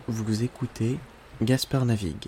Vous écoutez Gaspard Navigue.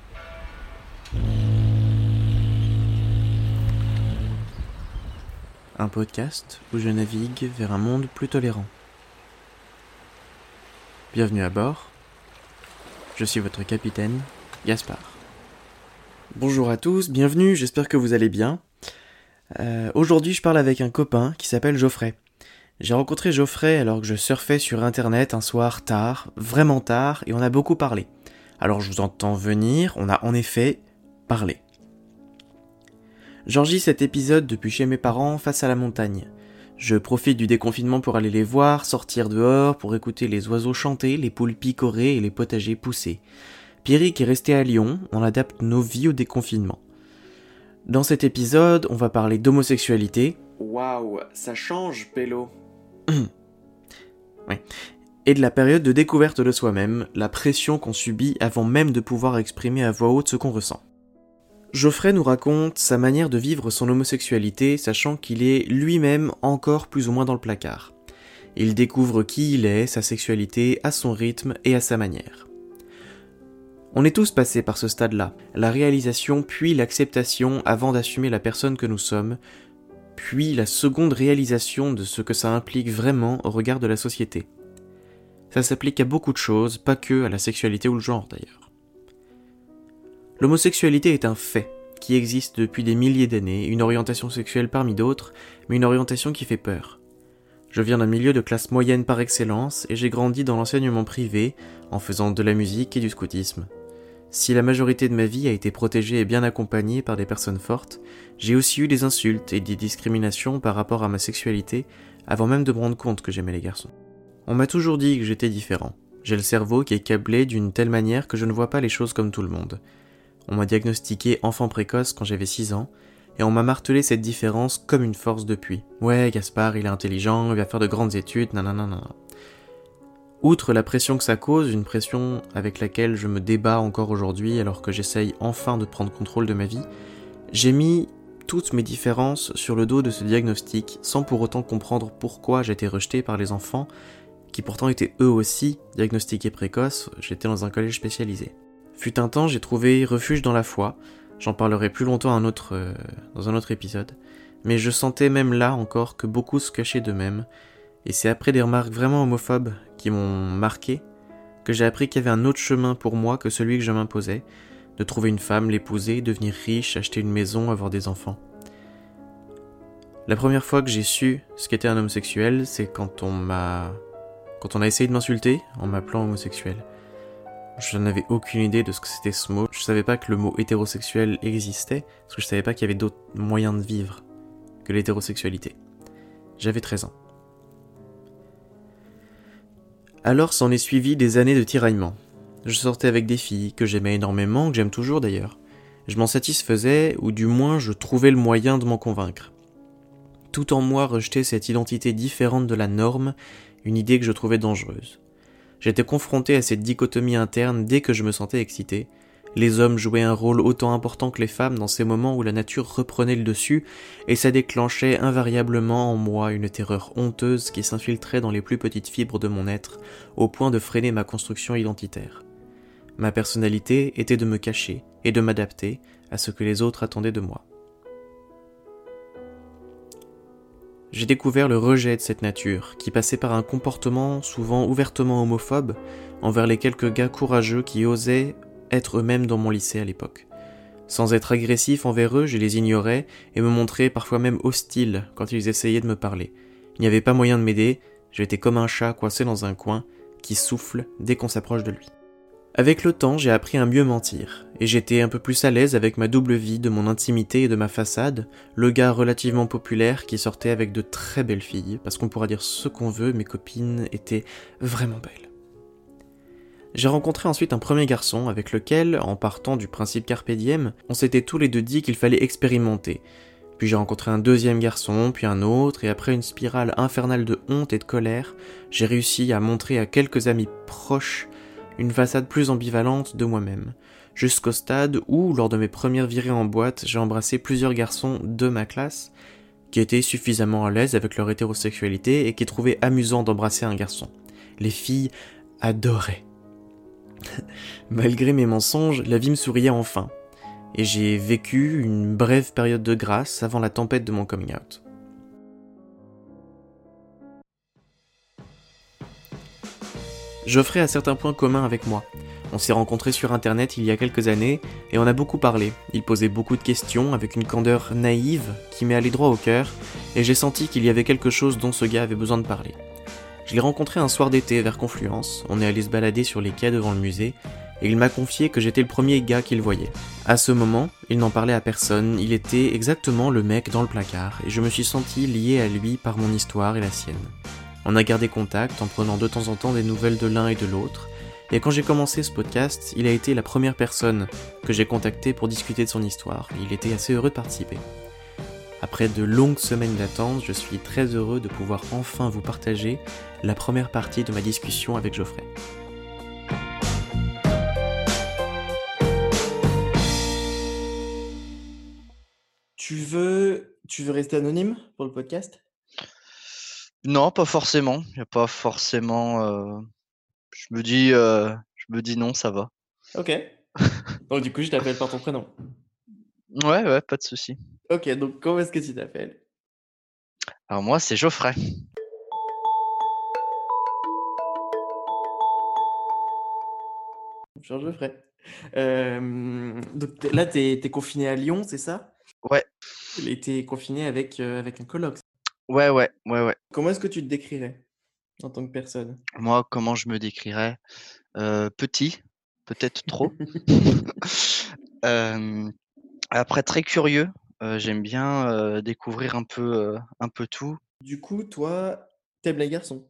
Un podcast où je navigue vers un monde plus tolérant. Bienvenue à bord. Je suis votre capitaine, Gaspard. Bonjour à tous, bienvenue, j'espère que vous allez bien. Aujourd'hui, je parle avec un copain qui s'appelle Geoffrey. J'ai rencontré Geoffrey alors que je surfais sur internet un soir tard, vraiment tard, et on a beaucoup parlé. Alors je vous entends venir, on a en effet parlé. J'enregistre cet épisode depuis chez mes parents face à la montagne. Je profite du déconfinement pour aller les voir, sortir dehors, pour écouter les oiseaux chanter, les poules picorer et les potagers pousser. Pierrick est resté à Lyon, on adapte nos vies au déconfinement. Dans cet épisode, on va parler d'homosexualité. Waouh, ça change, Pélo. Oui. Et de la période de découverte de soi-même, la pression qu'on subit avant même de pouvoir exprimer à voix haute ce qu'on ressent. Geoffrey nous raconte sa manière de vivre son homosexualité, sachant qu'il est lui-même encore plus ou moins dans le placard. Il découvre qui il est, sa sexualité, à son rythme et à sa manière. On est tous passés par ce stade-là, la réalisation puis l'acceptation avant d'assumer la personne que nous sommes, puis la seconde réalisation de ce que ça implique vraiment au regard de la société. Ça s'applique à beaucoup de choses, pas que à la sexualité ou le genre d'ailleurs. L'homosexualité est un fait, qui existe depuis des milliers d'années, une orientation sexuelle parmi d'autres, mais une orientation qui fait peur. Je viens d'un milieu de classe moyenne par excellence, et j'ai grandi dans l'enseignement privé, en faisant de la musique et du scoutisme. Si la majorité de ma vie a été protégée et bien accompagnée par des personnes fortes, j'ai aussi eu des insultes et des discriminations par rapport à ma sexualité, avant même de me rendre compte que j'aimais les garçons. On m'a toujours dit que j'étais différent. J'ai le cerveau qui est câblé d'une telle manière que je ne vois pas les choses comme tout le monde. On m'a diagnostiqué enfant précoce quand j'avais 6 ans, et on m'a martelé cette différence comme une force depuis. Ouais, Gaspard, il est intelligent, il va faire de grandes études, nanana. Outre la pression que ça cause, une pression avec laquelle je me débat encore aujourd'hui alors que j'essaye enfin de prendre contrôle de ma vie, j'ai mis toutes mes différences sur le dos de ce diagnostic sans pour autant comprendre pourquoi j'étais rejeté par les enfants qui pourtant étaient eux aussi diagnostiqués précoces, j'étais dans un collège spécialisé. Fut un temps, j'ai trouvé refuge dans la foi, j'en parlerai plus longtemps dans un autre épisode, mais je sentais même là encore que beaucoup se cachaient d'eux-mêmes, et c'est après des remarques vraiment homophobes qui m'ont marqué que j'ai appris qu'il y avait un autre chemin pour moi que celui que je m'imposais, de trouver une femme, l'épouser, devenir riche, acheter une maison, avoir des enfants. La première fois que j'ai su ce qu'était un homosexuel, c'est quand on a essayé de m'insulter en m'appelant homosexuel. Je n'avais aucune idée de ce que c'était ce mot. Je savais pas que le mot hétérosexuel existait, parce que je savais pas qu'il y avait d'autres moyens de vivre que l'hétérosexualité. J'avais 13 ans. Alors s'en est suivi des années de tiraillement. Je sortais avec des filles que j'aimais énormément, que j'aime toujours d'ailleurs. Je m'en satisfaisais, ou du moins je trouvais le moyen de m'en convaincre. Tout en moi rejetait cette identité différente de la norme, une idée que je trouvais dangereuse. J'étais confronté à cette dichotomie interne dès que je me sentais excité. Les hommes jouaient un rôle autant important que les femmes dans ces moments où la nature reprenait le dessus, et ça déclenchait invariablement en moi une terreur honteuse qui s'infiltrait dans les plus petites fibres de mon être, au point de freiner ma construction identitaire. Ma personnalité était de me cacher et de m'adapter à ce que les autres attendaient de moi. J'ai découvert le rejet de cette nature, qui passait par un comportement souvent ouvertement homophobe envers les quelques gars courageux qui osaient être eux-mêmes dans mon lycée à l'époque. Sans être agressif envers eux, je les ignorais et me montrais parfois même hostile quand ils essayaient de me parler. Il n'y avait pas moyen de m'aider, j'étais comme un chat coincé dans un coin qui souffle dès qu'on s'approche de lui. Avec le temps, j'ai appris à mieux mentir, et j'étais un peu plus à l'aise avec ma double vie de mon intimité et de ma façade, le gars relativement populaire qui sortait avec de très belles filles, parce qu'on pourra dire ce qu'on veut, mes copines étaient vraiment belles. J'ai rencontré ensuite un premier garçon avec lequel, en partant du principe carpe diem, on s'était tous les deux dit qu'il fallait expérimenter. Puis j'ai rencontré un deuxième garçon, puis un autre, et après une spirale infernale de honte et de colère, j'ai réussi à montrer à quelques amis proches une façade plus ambivalente de moi-même, jusqu'au stade où, lors de mes premières virées en boîte, j'ai embrassé plusieurs garçons de ma classe qui étaient suffisamment à l'aise avec leur hétérosexualité et qui trouvaient amusant d'embrasser un garçon. Les filles adoraient. Malgré mes mensonges, la vie me souriait enfin, et j'ai vécu une brève période de grâce avant la tempête de mon coming out. Geoffrey a certains points communs avec moi. On s'est rencontrés sur internet il y a quelques années et on a beaucoup parlé. Il posait beaucoup de questions avec une candeur naïve qui m'est allée droit au cœur et j'ai senti qu'il y avait quelque chose dont ce gars avait besoin de parler. Je l'ai rencontré un soir d'été vers Confluence, on est allé se balader sur les quais devant le musée et il m'a confié que j'étais le premier gars qu'il voyait. À ce moment, il n'en parlait à personne, il était exactement le mec dans le placard et je me suis senti lié à lui par mon histoire et la sienne. On a gardé contact en prenant de temps en temps des nouvelles de l'un et de l'autre, et quand j'ai commencé ce podcast, il a été la première personne que j'ai contactée pour discuter de son histoire, et il était assez heureux de participer. Après de longues semaines d'attente, je suis très heureux de pouvoir enfin vous partager la première partie de ma discussion avec Geoffrey. Tu veux rester anonyme pour le podcast? Non, pas forcément. Il y a pas forcément. Je me dis non, ça va. Ok. Donc du coup, je t'appelle par ton prénom. Ouais, ouais, pas de souci. Ok, donc comment est-ce que tu t'appelles? Alors moi, c'est Geoffrey. Bonjour Geoffrey. Donc là, t'es confiné à Lyon, c'est ça? Ouais, Et t'es confiné avec un coloc. ouais, ouais, ouais, ouais. Comment est-ce que tu te décrirais en tant que personne? Moi, comment je me décrirais? Petit, peut-être trop. Euh, Après, très curieux. J'aime bien découvrir un peu tout. Du coup, toi, t'aimes les garçons.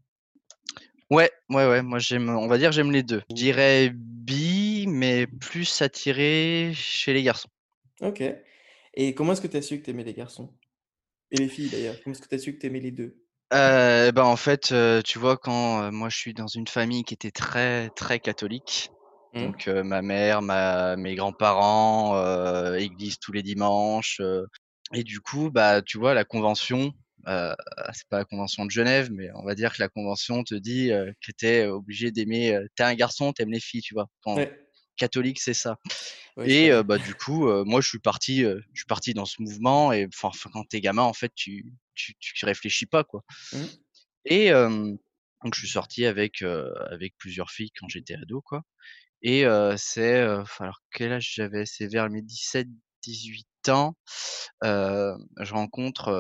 Ouais, ouais, ouais. Moi, on va dire, j'aime les deux. Je dirais bi, mais plus attiré chez les garçons. Ok. Et comment est-ce que t'as su que t'aimais les garçons? Et les filles d'ailleurs. Comment est-ce que t'as su que t'aimais les deux? Bah, en fait, tu vois, quand, moi je suis dans une famille qui était très, très catholique, Hmm. donc ma mère, ma mes grands-parents, église tous les dimanches, et du coup, bah, tu vois, la convention, heu, c'est pas la convention de Genève, mais on va dire que la convention te dit, que tu es obligé d'aimer, tu es un garçon, tu aimes les filles, tu vois? Quand Ouais, catholique, c'est ça. ouais, je Et connais. bah, du coup, moi je suis parti dans ce mouvement et enfin quand tu es gamin, en fait, tu réfléchis pas, quoi. Hmm. Et donc je suis sorti avec plusieurs filles quand j'étais ado, quoi. Et alors quel âge j'avais? C'est vers mes 17-18 ans, je rencontre,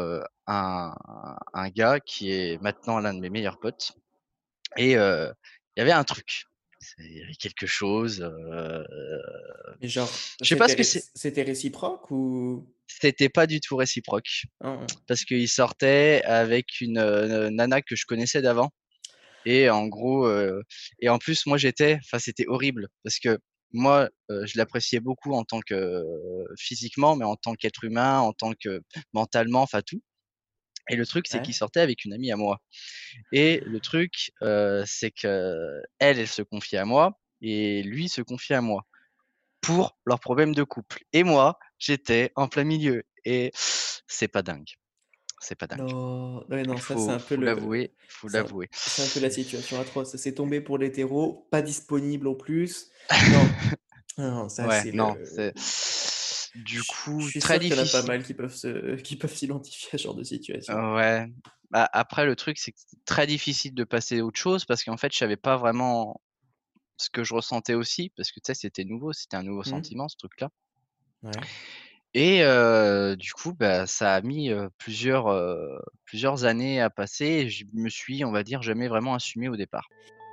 un gars qui est maintenant l'un de mes meilleurs potes et il y avait un truc. Il y avait quelque chose, Et genre, je sais pas ce que c'est. c'était réciproque ou... C'était pas du tout réciproque Ah, parce qu'il sortait avec une, nana que je connaissais d'avant. Et en gros, et en plus moi c'était horrible parce que moi, je l'appréciais beaucoup en tant que physiquement, mais en tant qu'être humain, en tant que mentalement, enfin tout. Et le truc, c'est qu'il ouais. sortait avec une amie à moi. Et le truc, c'est qu'elle, elle se confiait à moi et lui se confiait à moi pour leurs problèmes de couple. Et moi, j'étais en plein milieu et c'est pas dingue, c'est pas dingue. Non, ouais, non, ça c'est un peu Faut l'avouer, faut c'est un, l'avouer. c'est un peu la situation atroce. C'est tombé pour l'hétéro, pas disponible en plus. Non, non, ça Ouais, c'est non, le. c'est du Je coup suis très sûr qu'il y en a pas difficile. mal qui peuvent s'identifier à ce genre de situation. Ouais. Bah, après le truc, c'est que c'est très difficile de passer à autre chose parce qu'en fait, je savais pas vraiment ce que je ressentais aussi parce que tu sais, c'était nouveau, c'était un nouveau Hmm. sentiment ce truc-là. Ouais. Et du coup, bah, ça a mis, plusieurs années à passer et je me suis, on va dire, jamais vraiment assumé au départ.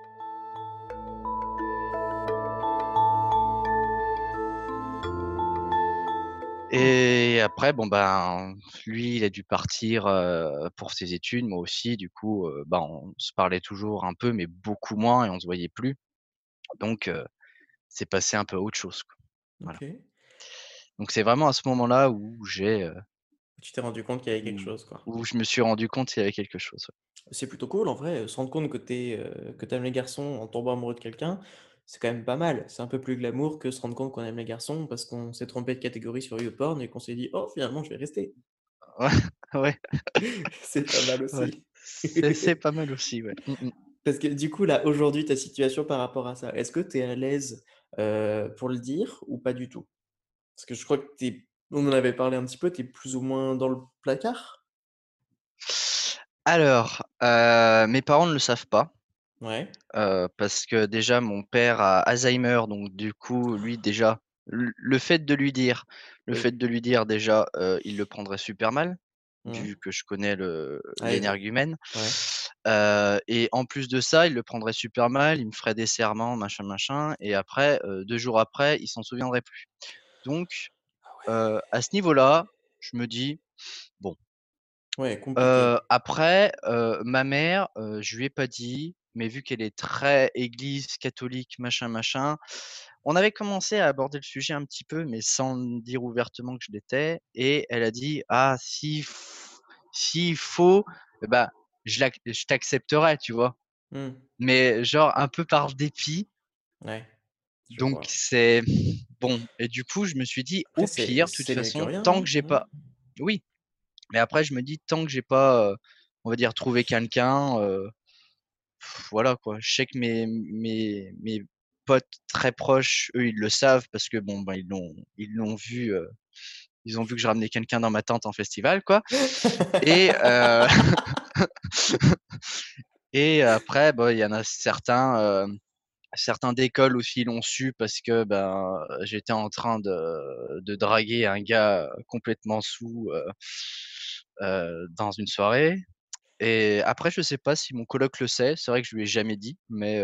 Et après, bon, ben, lui, il a dû partir, pour ses études, moi aussi. Du coup, bah, on se parlait toujours un peu, mais beaucoup moins et on se voyait plus. Donc, c'est passé un peu à autre chose, quoi. Voilà. Ok. Donc c'est vraiment à ce moment-là Tu t'es rendu compte qu'il y avait quelque où chose, quoi. où je me suis rendu compte qu'il y avait quelque chose, ouais. C'est plutôt cool en vrai, se rendre compte que que t'aimes les garçons en tombant amoureux de quelqu'un, c'est quand même pas mal. C'est un peu plus glamour que se rendre compte qu'on aime les garçons parce qu'on s'est trompé de catégorie sur YouPorn et qu'on s'est dit: «Oh finalement je vais rester». Ouais, ouais, C'est pas mal ouais. aussi. C'est pas mal aussi, ouais. Mmh mh. Parce que du coup, là, aujourd'hui, ta situation par rapport à ça, est-ce que tu es à l'aise, pour le dire ou pas du tout? Parce que je crois que tu on en avait parlé un petit peu, tu es plus ou moins dans le placard? Alors, mes parents ne le savent pas, Ouais, parce que déjà mon père a Alzheimer, donc du coup, lui déjà, le fait de lui dire oui. déjà, il le prendrait super mal, Mmh. vu que je connais Ouais, l'énergumène. ouais. Et en plus de ça, il le prendrait super mal, il me ferait des serments, machin, machin et après, 2 jours après, il s'en souviendrait plus. Donc, Ah ouais. à ce niveau-là, je me dis: «Bon». Ouais, compliqué. Après, ma mère, je lui ai pas dit, mais vu qu'elle est très église catholique, machin, machin, on avait commencé à aborder le sujet un petit peu, mais sans me dire ouvertement que je l'étais et elle a dit: «Ah s'il faut, bah, je t'accepterai», tu vois? Mmh. Mais genre un peu par dépit, Ouais, je donc vois. c'est bon et du coup, je me suis dit: Après «Au c'est pire, de toute c'est mieux que façon, rien, tant hein? que j'ai Mmh. pas» oui, mais après je me dis: «Tant que j'ai pas, on va dire trouvé quelqu'un, voilà quoi». Je sais que mes potes très proches, eux, ils le savent parce que bon, ben, ils l'ont vu, ils ont vu que je ramenais quelqu'un dans ma tente en festival quoi et et après, bah, il y en a certains d'école aussi l'ont su parce que, ben, j'étais en train de draguer un gars complètement saoul, dans une soirée et après je sais pas si mon coloc le sait. C'est vrai que je lui ai jamais dit, mais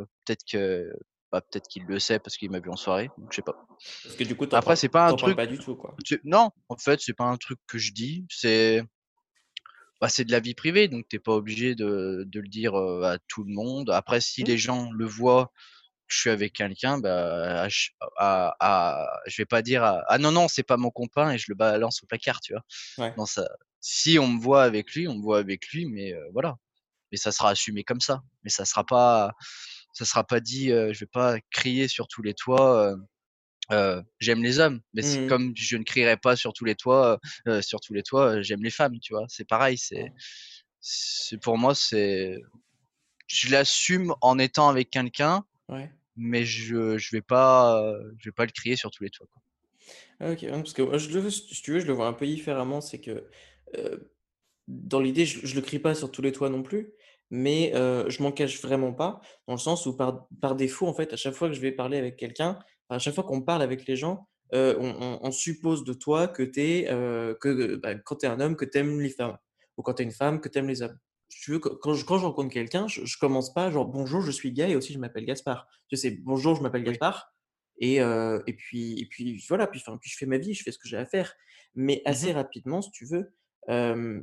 peut-être qu'il le sait parce qu'il m'a vu en soirée, donc je sais pas. Parce que du coup, Après c'est pas un tu parles truc pas du tout, quoi? non, en fait, c'est pas un truc que je dis, c'est de la vie privée, donc tu es pas obligé de le dire, à tout le monde. Après si Mmh. les gens le voient je suis avec quelqu'un, bah, je vais pas dire: «Ah non, non, c'est pas mon copain» et je le balance au placard, tu vois? Ouais. Non, ça si on me voit avec lui, on me voit avec lui, mais voilà. Mais ça sera assumé comme ça. Mais ça sera pas dit, je vais pas crier sur tous les toits, «J'aime les hommes», mais c'est Mmh. comme je ne crierai pas sur tous les toits, «J'aime les femmes», tu vois? C'est pareil, Ouais. c'est pour moi, je l'assume en étant avec quelqu'un Ouais. mais je vais pas le crier sur tous les toits, quoi. Ah OK, ouais, parce que moi je le si tu veux, je le vois un peu différemment. C'est que, dans l'idée, je le crie pas sur tous les toits non plus, mais je m'en cache vraiment pas, dans le sens où par défaut, en fait, à chaque fois que je vais parler avec quelqu'un, à chaque fois qu'on parle avec les gens, on suppose de toi que tu es, bah, quand tu es un homme, que tu aimes les femmes ou quand tu es une femme, que tu aimes les hommes. Si tu veux, quand je rencontre quelqu'un, je commence pas genre: «Bonjour, je suis gay et aussi je m'appelle Gaspard». Tu sais? C'est: «Bonjour, je m'appelle Oui. Gaspard» et puis voilà, puis je fais ma vie, je fais ce que j'ai à faire. Mais Mmh assez mh. rapidement, si tu veux, hem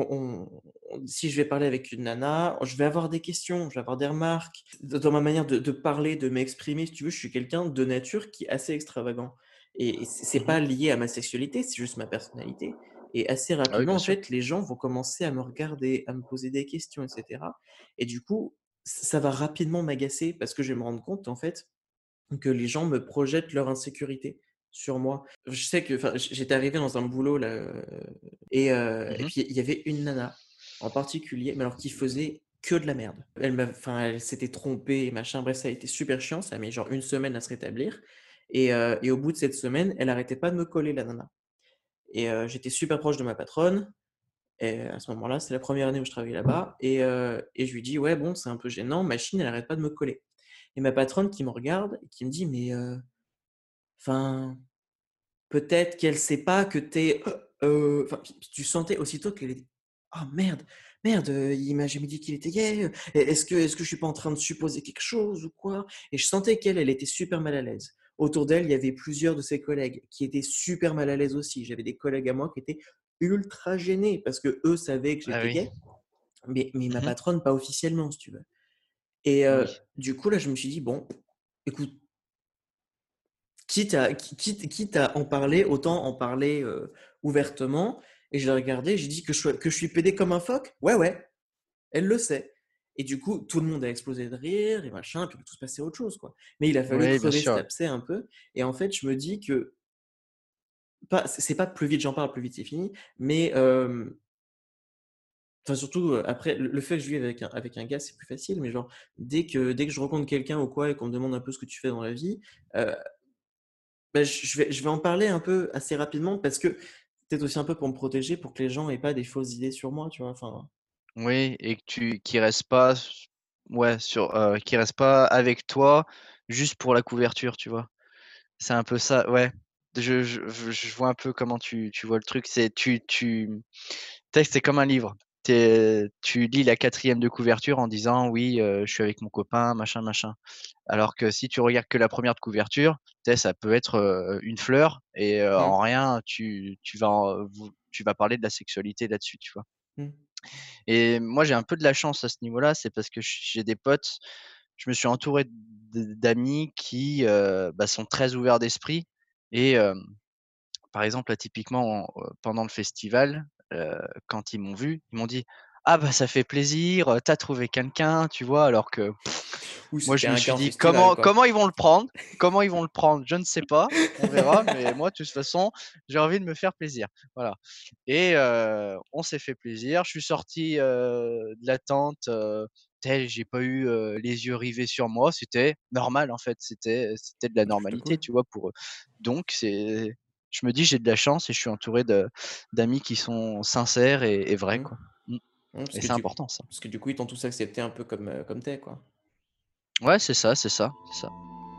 si je vais parler avec une nana, je vais avoir des questions, je vais avoir des remarques. Dans ma manière de parler, de m'exprimer, si tu veux, je suis quelqu'un de nature qui est assez extravagant et c'est Mmh. pas lié à ma sexualité, c'est juste ma personnalité et assez Ah oui, rapidement, bien en sûr. fait, les gens vont commencer à me regarder, à me poser des questions et cetera et du coup, ça va rapidement m'agacer parce que je vais me rendre compte, en fait, que les gens me projettent leur insécurité sur moi. Je sais que enfin, j'étais arrivé dans un boulot là, et Mmh mh. puis il y avait une nana en particulier, mais alors qui faisait que de la merde. Elle s'était trompée et machin, bref, ça a été super chiant, ça a mis genre une semaine à se rétablir et au bout de cette semaine, elle arrêtait pas de me coller la nana et j'étais super proche de ma patronne et à ce moment-là, c'est la première année où je travaillais là-bas et je lui dis: «Ouais, bon, c'est un peu gênant, machine, elle arrête pas de me coller» et ma patronne qui me regarde et qui me dit: «Mais enfin, peut-être qu'elle sait pas que tu es, enfin, puis tu sentais aussitôt qu'elle était: «Ah merde, merde, il m'a jamais dit qu'il était gay, est-ce que je suis pas en train de supposer quelque chose ou quoi?» et je sentais qu'elle, elle était super mal à l'aise. Autour d'elle, il y avait plusieurs de ses collègues qui étaient super mal à l'aise aussi. J'avais des collègues à moi qui étaient ultra gênés parce qu'eux savaient que Ah j'étais oui. gay, mais ma Mmh mh. patronne pas officiellement, si tu veux et Oui. du coup, là, je me suis dit: «Bon, écoute, quitte à en parler, autant en parler, ouvertement» et je l'ai regardée, j'ai dit: «Que je suis pédé comme un phoque? Ouais, ouais, elle le sait» et du coup, tout le monde a explosé de rire et machin, puis on est tous passés à autre chose, quoi. Mais il a fallu Oui, bien crever cet sûr, ouais. abcès un peu et en fait, je me dis que pas c'est pas plus vite j'en parle, plus vite c'est fini, mais Enfin, surtout, après, le fait que je vive avec un gars, c'est plus facile, mais genre, dès que je rencontre quelqu'un ou quoi et qu'on me demande un peu ce que tu fais dans la vie, heu, bah, je vais en parler un peu assez rapidement parce que peut-être aussi un peu pour me protéger, pour que les gens aient pas des fausses idées sur moi, tu vois? Enfin, Oui et que tu qu'il reste pas ouais sur, qu'il reste pas avec toi juste pour la couverture, tu vois? C'est un peu ça, ouais. Je vois un peu comment tu vois le truc. C'est tu sais, c'est comme un livre. Tu lis la quatrième de couverture en disant: «Oui, je suis avec mon copain, machin, machin». Alors que si tu regardes que la première de couverture, tu sais, ça peut être, une fleur et mmh, en rien tu vas parler de la sexualité là-dessus, tu vois? mmh. Et moi, j'ai un peu de la chance à ce niveau-là, c'est parce que j'ai des potes, je me suis entouré d'amis qui, bah, sont très ouverts d'esprit et par exemple, là, typiquement, pendant le festival, quand ils m'ont vu, ils m'ont dit: «Ah bah, ça fait plaisir, tu trouvé quelqu'un», tu vois? Alors que Ou moi, c'était je me un suis gars en dit: festival, quoi. Comment ils vont le prendre? Comment ils vont le prendre? Je ne sais pas, on verra, mais moi, de toute façon, j'ai envie de me faire plaisir». Voilà et on s'est fait plaisir. Je suis sorti, de la tente, tu sais, j'ai pas eu, les yeux rivés sur moi. C'était normal, en fait, c'était de la Bah, c'est plutôt normalité, cool. tu vois, pour eux. Donc je me dis: «J'ai de la chance et je suis entouré d'amis qui sont sincères et vrais, Mmh. quoi». Mmh Mmh, et c'est important ça. parce que du coup, ils t'ont tous accepté un peu comme tu quoi. Ouais, c'est ça, c'est ça, c'est ça.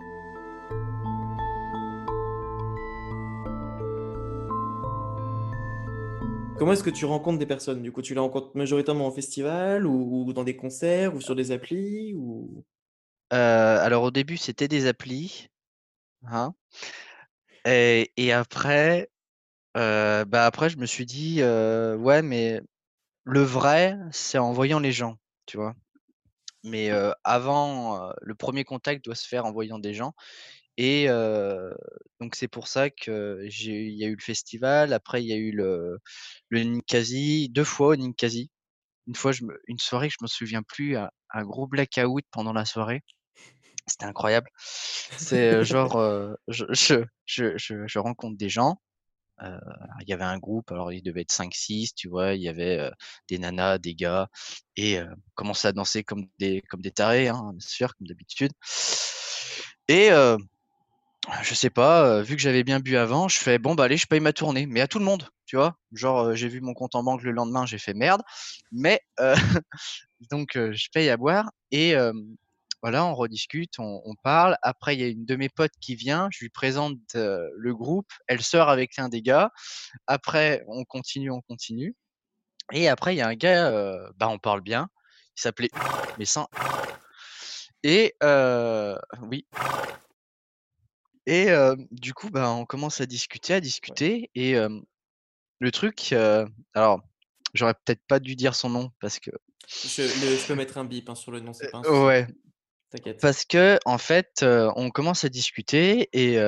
Comment est-ce que tu rencontres des personnes, du coup? Tu les rencontres majoritairement en festival ou dans des concerts ou sur des applis ou? Alors au début, c'était des applis, hein et après, bah, après je me suis dit, «Ouais, mais le vrai, c'est en voyant les gens», tu vois? Mais avant, le premier contact doit se faire en voyant des gens et donc c'est pour ça que il y a eu le festival, après il y a eu le Ninkasi, 2 fois au Ninkasi. Une soirée que je me souviens plus, un gros blackout pendant la soirée. C'était incroyable. C'est, genre, je rencontre des gens, heu, il y avait un groupe, alors il devait être 5-6, tu vois? Il y avait, des nanas, des gars et on commençait à danser comme des tarés, hein, bien sûr, comme d'habitude et je sais pas, vu que j'avais bien bu avant, je fais: «Bon, bah, allez, je paye ma tournée», mais à tout le monde, tu vois? Genre, j'ai vu mon compte en banque le lendemain, j'ai fait: «Merde», mais donc je paye à boire et voilà, on rediscute, on parle. Après, il y a une de mes potes qui vient, je lui présente, le groupe, elle sort avec l'un des gars. Après, on continue et après il y a un gars, bah, on parle bien, il s'appelait mais sans et oui et du coup, bah, on commence à Ouais. discuter et le truc, alors j'aurais peut-être pas dû dire son nom parce que Je peux mettre un bip, hein, sur le nom, c'est pas un souci. ouais. T'inquiète. Parce que en fait, on commence à discuter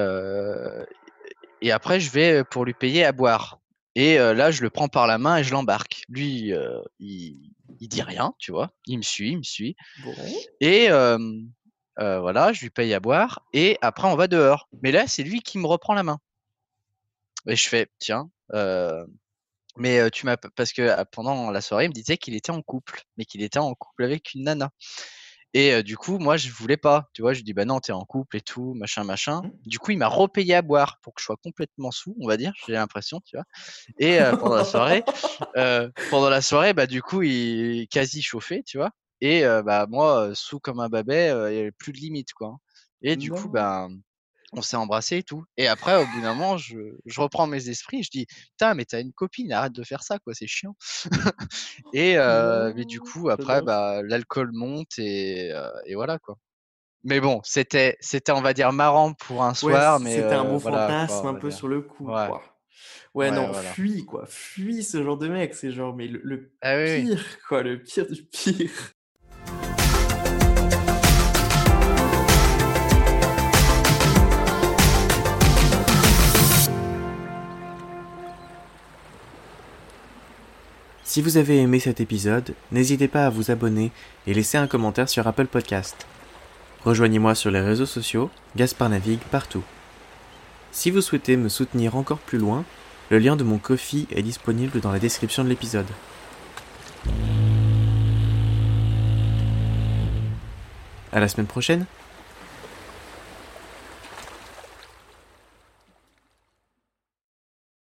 et après je vais, pour lui payer à boire et là, je le prends par la main et je l'embarque. Lui, il dit rien, tu vois? Il me suit Bon. et voilà, je lui paye à boire et après on va dehors. Mais là, c'est lui qui me reprend la main et je fais: «Tiens, mais tu m'as p» parce que, pendant la soirée, il me disait qu'il était en couple, mais qu'il était en couple avec une nana. Et du coup, moi, je voulais pas, tu vois? Je lui dis: «Bah non, tu es en couple et tout, machin, machin». Mmh. Du coup, il m'a repayé à boire pour que je sois complètement saoul, on va dire, j'ai l'impression, tu vois? Et pendant la soirée, bah, du coup, il quasi chauffé, tu vois? Et bah, moi, saoul comme un babet, il y avait plus de limite, quoi, hein. Et du coup, Non. ben, on s'est embrassés et tout. Et après, au bout d'un moment, je reprends mes esprits, je dis: «Putain, mais tu as une copine, arrête de faire ça, quoi, c'est chiant». Et mais du Non, coup, après, j'adore. bah, l'alcool monte et voilà, quoi. Mais bon, c'était, on va dire, marrant pour un Ouais, soir, mais c'était un beau voilà, fantasme quoi, on un va peu dire. sur le coup, Ouais, quoi. Ouais, ouais, non, voilà. fuis, quoi, fuis ce genre de mec, c'est genre, mais le Ah oui, oui. pire, quoi, le pire du pire. Si vous avez aimé cet épisode, n'hésitez pas à vous abonner et laisser un commentaire sur Apple Podcast. Rejoignez-moi sur les réseaux sociaux, Gaspard navigue partout. Si vous souhaitez me soutenir encore plus loin, le lien de mon Ko-fi est disponible dans la description de l'épisode. À la semaine prochaine!